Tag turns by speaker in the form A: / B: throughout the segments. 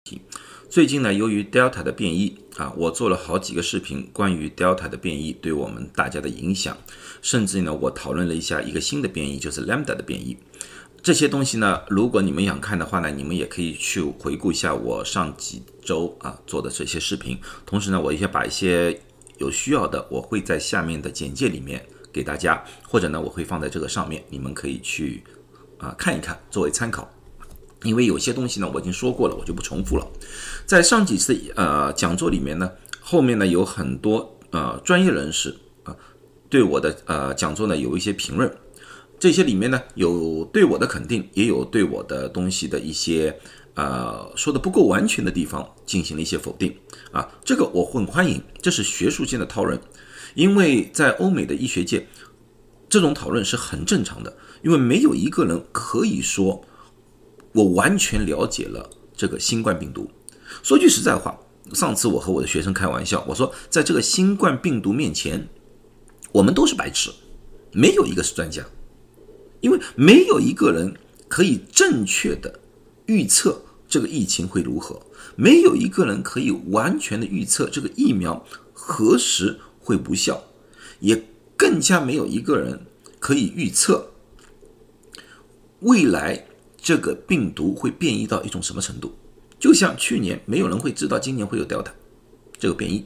A: 题。最近呢，由于 Delta 的变异我做了好几个视频关于 Delta 的变异对我们大家的影响，甚至呢，我讨论了一下一个新的变异，就是 Lambda 的变异。这些东西呢，如果你们想看的话呢，你们也可以去回顾一下我上几周做的这些视频。同时呢，我也把一些有需要的，我会在下面的简介里面给大家，或者呢，我会放在这个上面，你们可以去看一看，作为参考。因为有些东西呢，我已经说过了，我就不重复了。在上几次讲座里面呢，后面呢有很多专业人士对我的讲座呢有一些评论。这些里面呢，有对我的肯定，也有对我的东西的一些说的不够完全的地方进行了一些否定这个我很欢迎，这是学术间的讨论。因为在欧美的医学界，这种讨论是很正常的，因为没有一个人可以说我完全了解了这个新冠病毒。说句实在话，上次我和我的学生开玩笑，我说在这个新冠病毒面前，我们都是白痴，没有一个是专家。因为没有一个人可以正确的预测这个疫情会如何，没有一个人可以完全的预测这个疫苗何时会无效，也更加没有一个人可以预测未来这个病毒会变异到一种什么程度。就像去年没有人会知道今年会有 Delta 这个变异，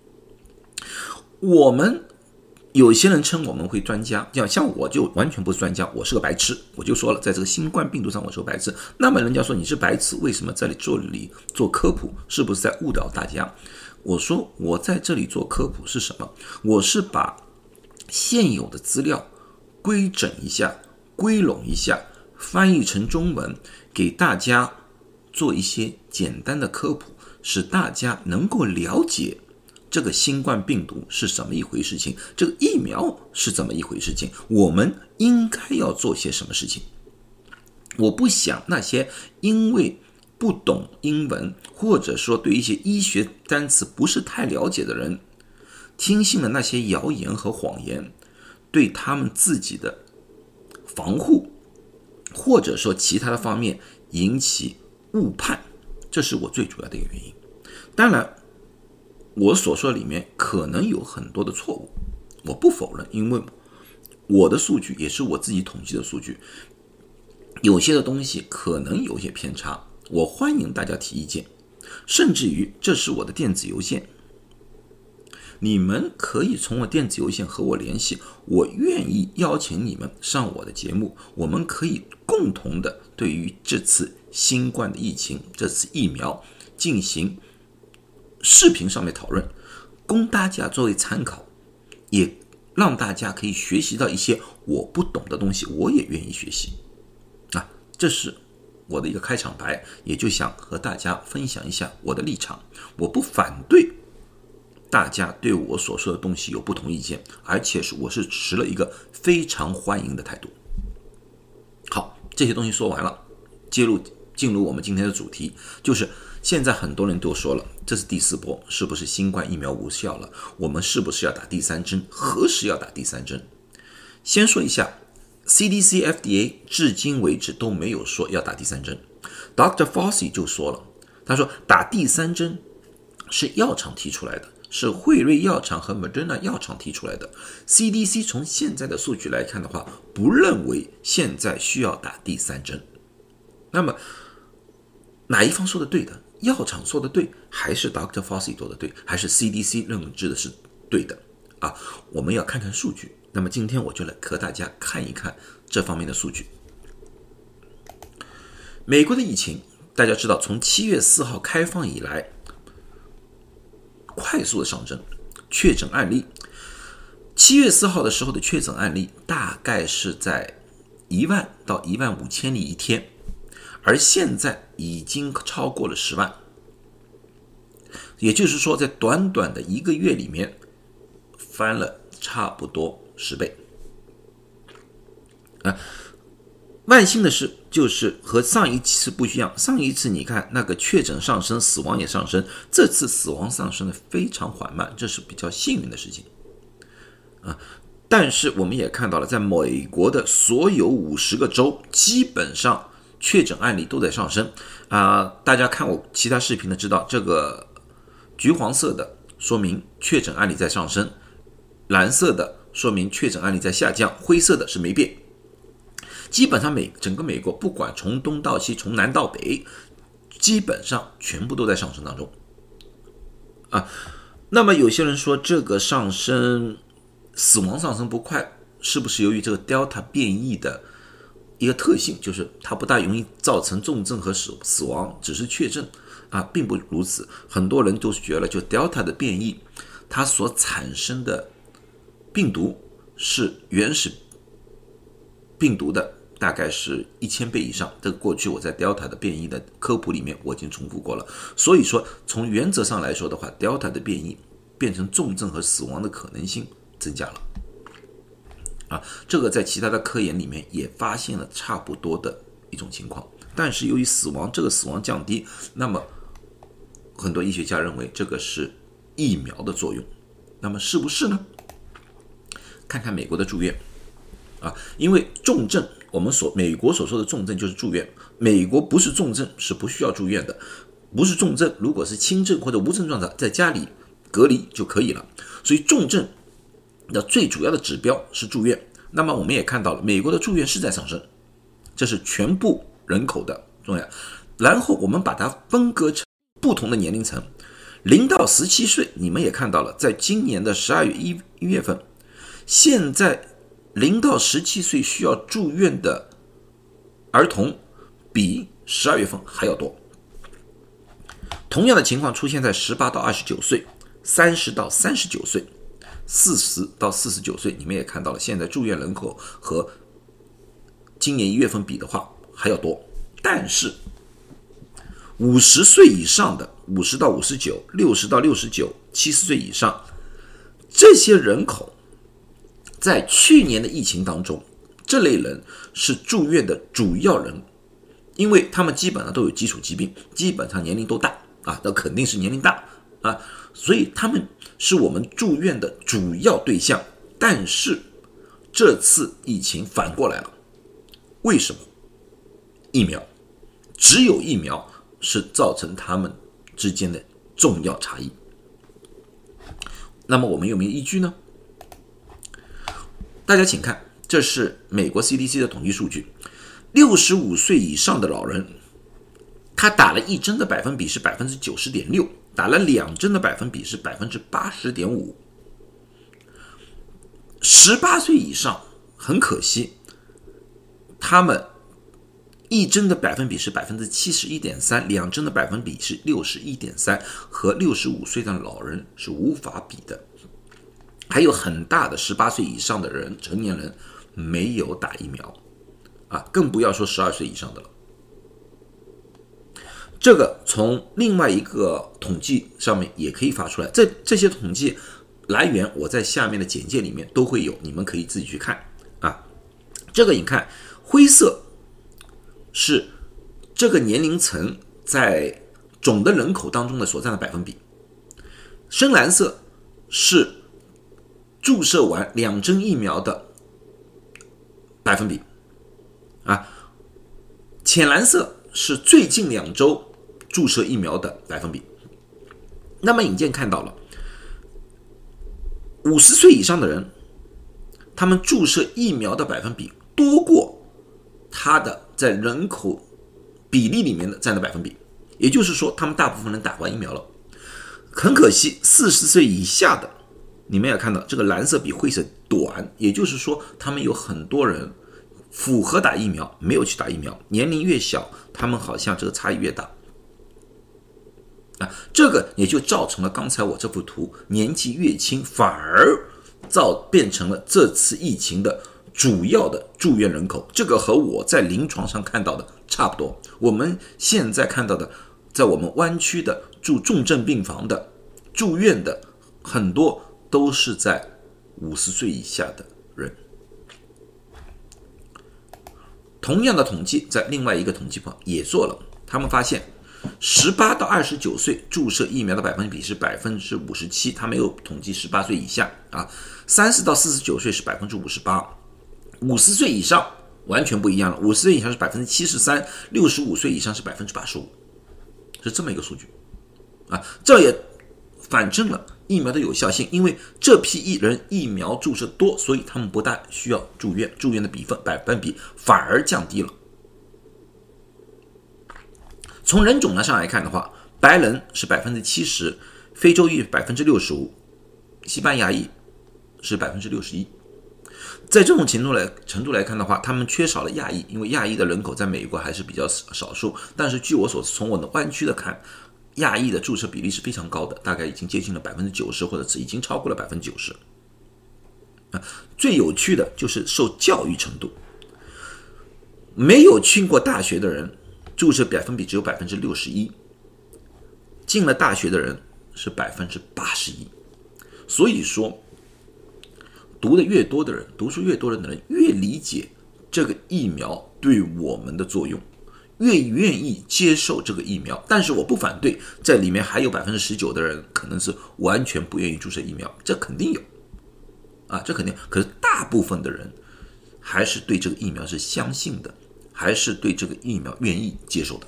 A: 我们有些人称我们会专家，像我就完全不是专家，我是个白痴。我就说了，在这个新冠病毒上我是个白痴。那么人家说你是白痴，为什么在这里做科普，是不是在误导大家？我说我在这里做科普是什么？我是把现有的资料规整一下，归拢一下，翻译成中文，给大家做一些简单的科普，使大家能够了解这个新冠病毒是什么一回事情，这个疫苗是怎么一回事情，我们应该要做些什么事情。我不想那些因为不懂英文，或者说对一些医学单词不是太了解的人，听信了那些谣言和谎言，对他们自己的防护，或者说其他的方面引起误判，这是我最主要的一个原因。当然我所说的里面可能有很多的错误，我不否认，因为我的数据也是我自己统计的数据，有些的东西可能有些偏差，我欢迎大家提意见，甚至于这是我的电子邮件，你们可以从我电子邮件和我联系，我愿意邀请你们上我的节目，我们可以共同的对于这次新冠的疫情，这次疫苗进行视频上面讨论，供大家作为参考，也让大家可以学习到一些我不懂的东西，我也愿意学习这是我的一个开场白，也就想和大家分享一下我的立场。我不反对大家对我所说的东西有不同意见，而且我是持了一个非常欢迎的态度。好，这些东西说完了，进入我们今天的主题，就是现在很多人都说了，这是第4波，是不是新冠疫苗无效了？我们是不是要打第3针？何时要打第3针？先说一下 CDC、FDA 至今为止都没有说要打第3针。Dr. Fauci 就说了，他说打第3针是药厂提出来的，是辉瑞药厂和 Moderna 药厂提出来的。CDC 从现在的数据来看的话，不认为现在需要打第3针。那么哪一方说的对的？药厂说的对，还是 Dr. Fauci 说的对，还是 CDC 认知的是对的我们要看看数据。那么今天我就来和大家看一看这方面的数据。美国的疫情大家知道，从7月4号开放以来快速的上升，确诊案例7月4号的时候的确诊案例大概是在1万到1万5千例一天，而现在已经超过了10万，也就是说在短短的1个月里面翻了差不多10倍万幸的是，就是和上一次不一样，上一次你看那个确诊上升，死亡也上升，这次死亡上升的非常缓慢，这是比较幸运的事情但是我们也看到了，在美国的所有50个州基本上确诊案例都在上升大家看我其他视频的知道，这个橘黄色的说明确诊案例在上升，蓝色的说明确诊案例在下降，灰色的是没变。基本上整个美国不管从东到西，从南到北，基本上全部都在上升当中那么有些人说这个上升死亡上升不快，是不是由于这个 Delta 变异的一个特性，就是它不大容易造成重症和死亡，只是确诊并不如此。很多人都觉得就 Delta 的变异它所产生的病毒是原始病毒的大概是1000倍以上，这个过去我在 Delta 的变异的科普里面我已经重复过了。所以说从原则上来说的话， Delta 的变异变成重症和死亡的可能性增加了这个在其他的科研里面也发现了差不多的一种情况。但是由于这个死亡降低，那么很多医学家认为这个是疫苗的作用。那么是不是呢？看看美国的住院因为重症美国所说的重症就是住院，美国不是重症是不需要住院的，不是重症如果是轻症或者无症状的在家里隔离就可以了。所以重症的最主要的指标是住院。那么我们也看到了美国的住院是在上升，这是全部人口的重要。然后我们把它分割成不同的年龄层，0到17岁你们也看到了，在今年的12月1月份，现在0到17岁需要住院的儿童比12月份还要多。同样的情况出现在18到29岁、30到39岁、40到49岁，你们也看到了，现在住院人口和今年1月份比的话还要多。但是50岁以上的50到59、60到69、70岁以上，这些人口在去年的疫情当中，这类人是住院的主要人，因为他们基本上都有基础疾病，基本上年龄都大那肯定是年龄大所以他们是我们住院的主要对象。但是这次疫情反过来了，为什么？疫苗，只有疫苗是造成他们之间的重要差异。那么我们有没有依据呢？大家请看，这是美国 CDC 的统计数据，65岁以上的老人，他打了1针的百分比是 90.6%， 打了2针的百分比是 80.5%。 18岁以上很可惜，他们1针的百分比是 71.3%， 2针的百分比是 61.3%， 和65岁的老人是无法比的。还有很大的18岁以上的人，成年人没有打疫苗更不要说12岁以上的了。这个从另外一个统计上面也可以发出来，这些统计来源我在下面的简介里面都会有，你们可以自己去看这个你看，灰色是这个年龄层在总的人口当中的所占的百分比，深蓝色是注射完2针疫苗的百分比浅蓝色是最近2周注射疫苗的百分比。那么影片看到了50岁以上的人，他们注射疫苗的百分比多过他的在人口比例里面的占的百分比，也就是说他们大部分人打完疫苗了。很可惜40岁以下的，你们也看到这个蓝色比灰色短，也就是说他们有很多人符合打疫苗没有去打疫苗，年龄越小他们好像这个差异越大这个也就造成了刚才我这幅图，年纪越轻反而变成了这次疫情的主要的住院人口。这个和我在临床上看到的差不多。我们现在看到的，在我们湾区的住重症病房的住院的很多都是在50岁以下的人。同样的统计在另外一个统计榜也做了，他们发现18到29岁注射疫苗的百分比是 57%， 他没有统计18岁以下30到49岁是 58%， 50岁以上完全不一样了。50岁以上是73%，65岁以上是85%，是这么一个数据啊。这也反证了疫苗的有效性，因为这批人疫苗注射多，所以他们不但需要住院，住院的百分比反而降低了。从人种上来看的话，白人是70%，非洲裔65%，西班牙裔是61%。在这种程度来看的话，他们缺少了亚裔，因为亚裔的人口在美国还是比较少数。但是据我所从我的湾区的看，亚裔的注射比例是非常高的，大概已经接近了90%，或者是已经超过了90%。最有趣的就是受教育程度，没有去过大学的人注射百分比只有61%，进了大学的人是81%。所以说，读书越多的人越理解这个疫苗对我们的作用，越愿意接受这个疫苗。但是我不反对，在里面还有19%的人可能是完全不愿意注射疫苗，这肯定有啊，这肯定。可是大部分的人还是对这个疫苗是相信的，还是对这个疫苗愿意接受的。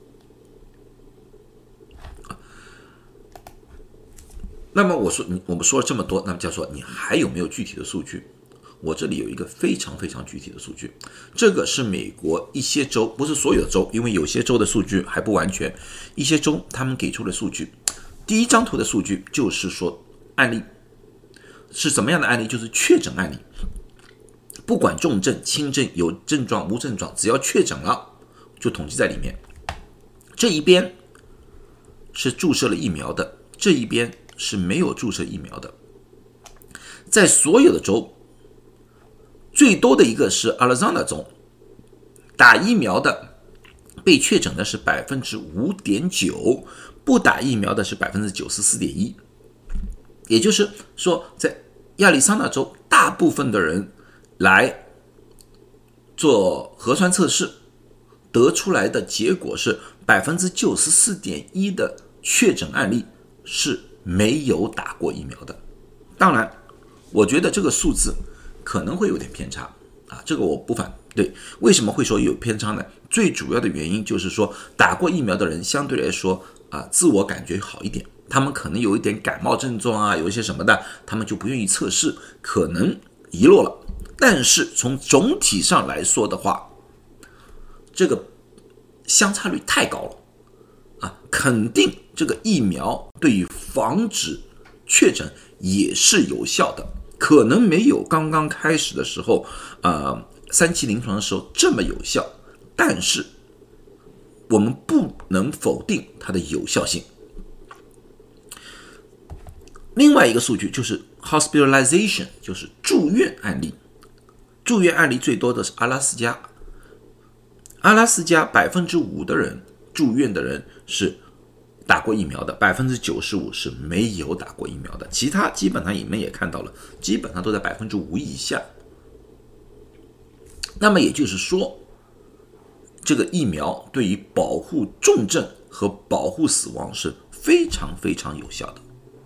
A: 那么我们说了这么多，那么就说你还有没有具体的数据？我这里有一个非常非常具体的数据，这个是美国一些州，不是所有的州，因为有些州的数据还不完全，一些州他们给出了数据。第一张图的数据就是说案例是什么样的案例，就是确诊案例，不管重症、轻症、有症状、无症状，只要确诊了就统计在里面。这一边是注射了疫苗的，这一边是没有注射疫苗的。在所有的州，最多的一个是阿拉桑那州，打疫苗的被确诊的是 5.9%， 不打疫苗的是 94.1%。 也就是说，在亚利桑那州，大部分的人来做核酸测试，得出来的结果是 94.1% 的确诊案例是没有打过疫苗的。当然我觉得这个数字可能会有点偏差啊，这个我不反对。为什么会说有偏差呢？最主要的原因就是说，打过疫苗的人相对来说自我感觉好一点，他们可能有一点感冒症状啊，有一些什么的，他们就不愿意测试，可能遗落了。但是从总体上来说的话，这个相差率太高了肯定这个疫苗对于防止确诊也是有效的，可能没有刚刚开始的时候3期临床的时候这么有效，但是我们不能否定它的有效性。另外一个数据就是 hospitalization， 就是住院案例。住院案例最多的是阿拉斯加5%的人住院的人是打过疫苗的，95%是没有打过疫苗的，其他基本上你们也看到了，基本上都在5%以下。那么也就是说，这个疫苗对于保护重症和保护死亡是非常非常有效的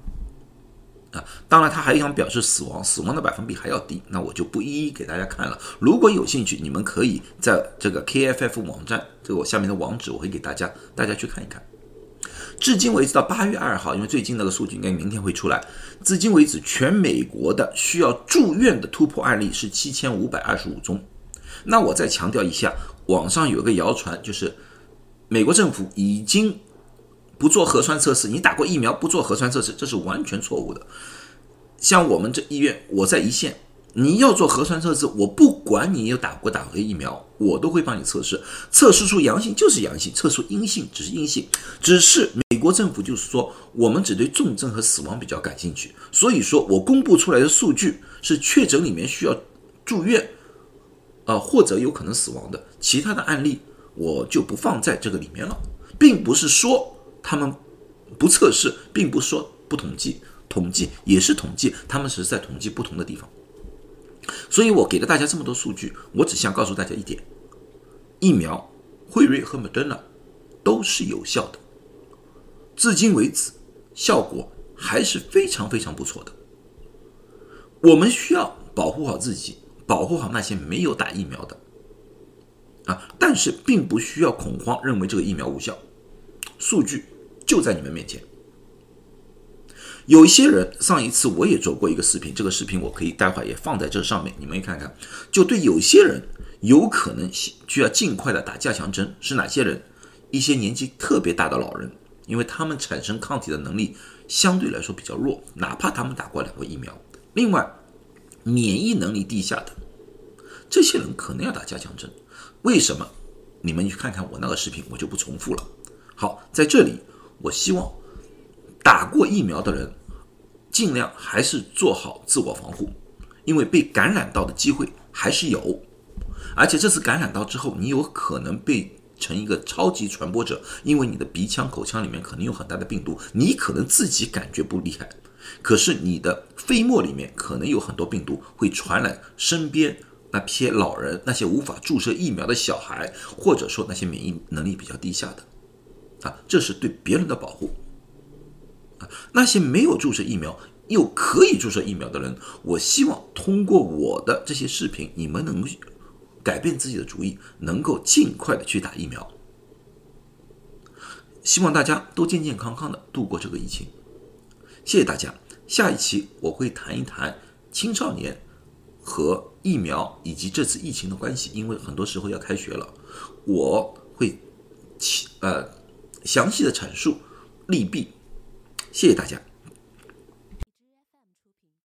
A: 当然他还想表示死亡的百分比还要低，那我就不一一给大家看了。如果有兴趣，你们可以在这个 KFF 网站，这个我下面的网址我会给大家去看一看。至今为止到8月2号，因为最近那个数据应该明天会出来，至今为止全美国的需要住院的突破案例是7525宗。那我再强调一下，网上有个谣传，就是美国政府已经不做核酸测试，你打过疫苗不做核酸测试，这是完全错误的。像我们这医院，我在一线，你要做核酸测试，我不管你有打过疫苗，我都会帮你测试，测试出阳性就是阳性，测出阴性只是阴性。只是美国政府就是说，我们只对重症和死亡比较感兴趣，所以说我公布出来的数据是确诊里面需要住院或者有可能死亡的，其他的案例我就不放在这个里面了，并不是说他们不测试，并不是说不统计，统计也是统计，他们只是在统计不同的地方。所以我给了大家这么多数据，我只想告诉大家一点，疫苗辉瑞和 Moderna 都是有效的，至今为止效果还是非常非常不错的。我们需要保护好自己，保护好那些没有打疫苗的， 但是并不需要恐慌，认为这个疫苗无效，数据就在你们面前。有一些人，上一次我也做过一个视频，这个视频我可以待会也放在这上面，你们看看。就对有些人有可能需要尽快的打加强针，是哪些人？一些年纪特别大的老人，因为他们产生抗体的能力相对来说比较弱，哪怕他们打过2个疫苗。另外，免疫能力低下的这些人可能要打加强针。为什么？你们去看看我那个视频，我就不重复了。好，在这里我希望打过疫苗的人尽量还是做好自我防护，因为被感染到的机会还是有，而且这次感染到之后，你有可能被成一个超级传播者，因为你的鼻腔、口腔里面可能有很大的病毒，你可能自己感觉不厉害，可是你的飞沫里面可能有很多病毒会传染身边那些老人、那些无法注射疫苗的小孩，或者说那些免疫能力比较低下的，这是对别人的保护。那些没有注射疫苗又可以注射疫苗的人，我希望通过我的这些视频，你们能改变自己的主意，能够尽快的去打疫苗。希望大家都健健康康的度过这个疫情。谢谢大家。下一期我会谈一谈青少年和疫苗以及这次疫情的关系，因为很多时候要开学了，我会详细的阐述利弊。谢谢大家。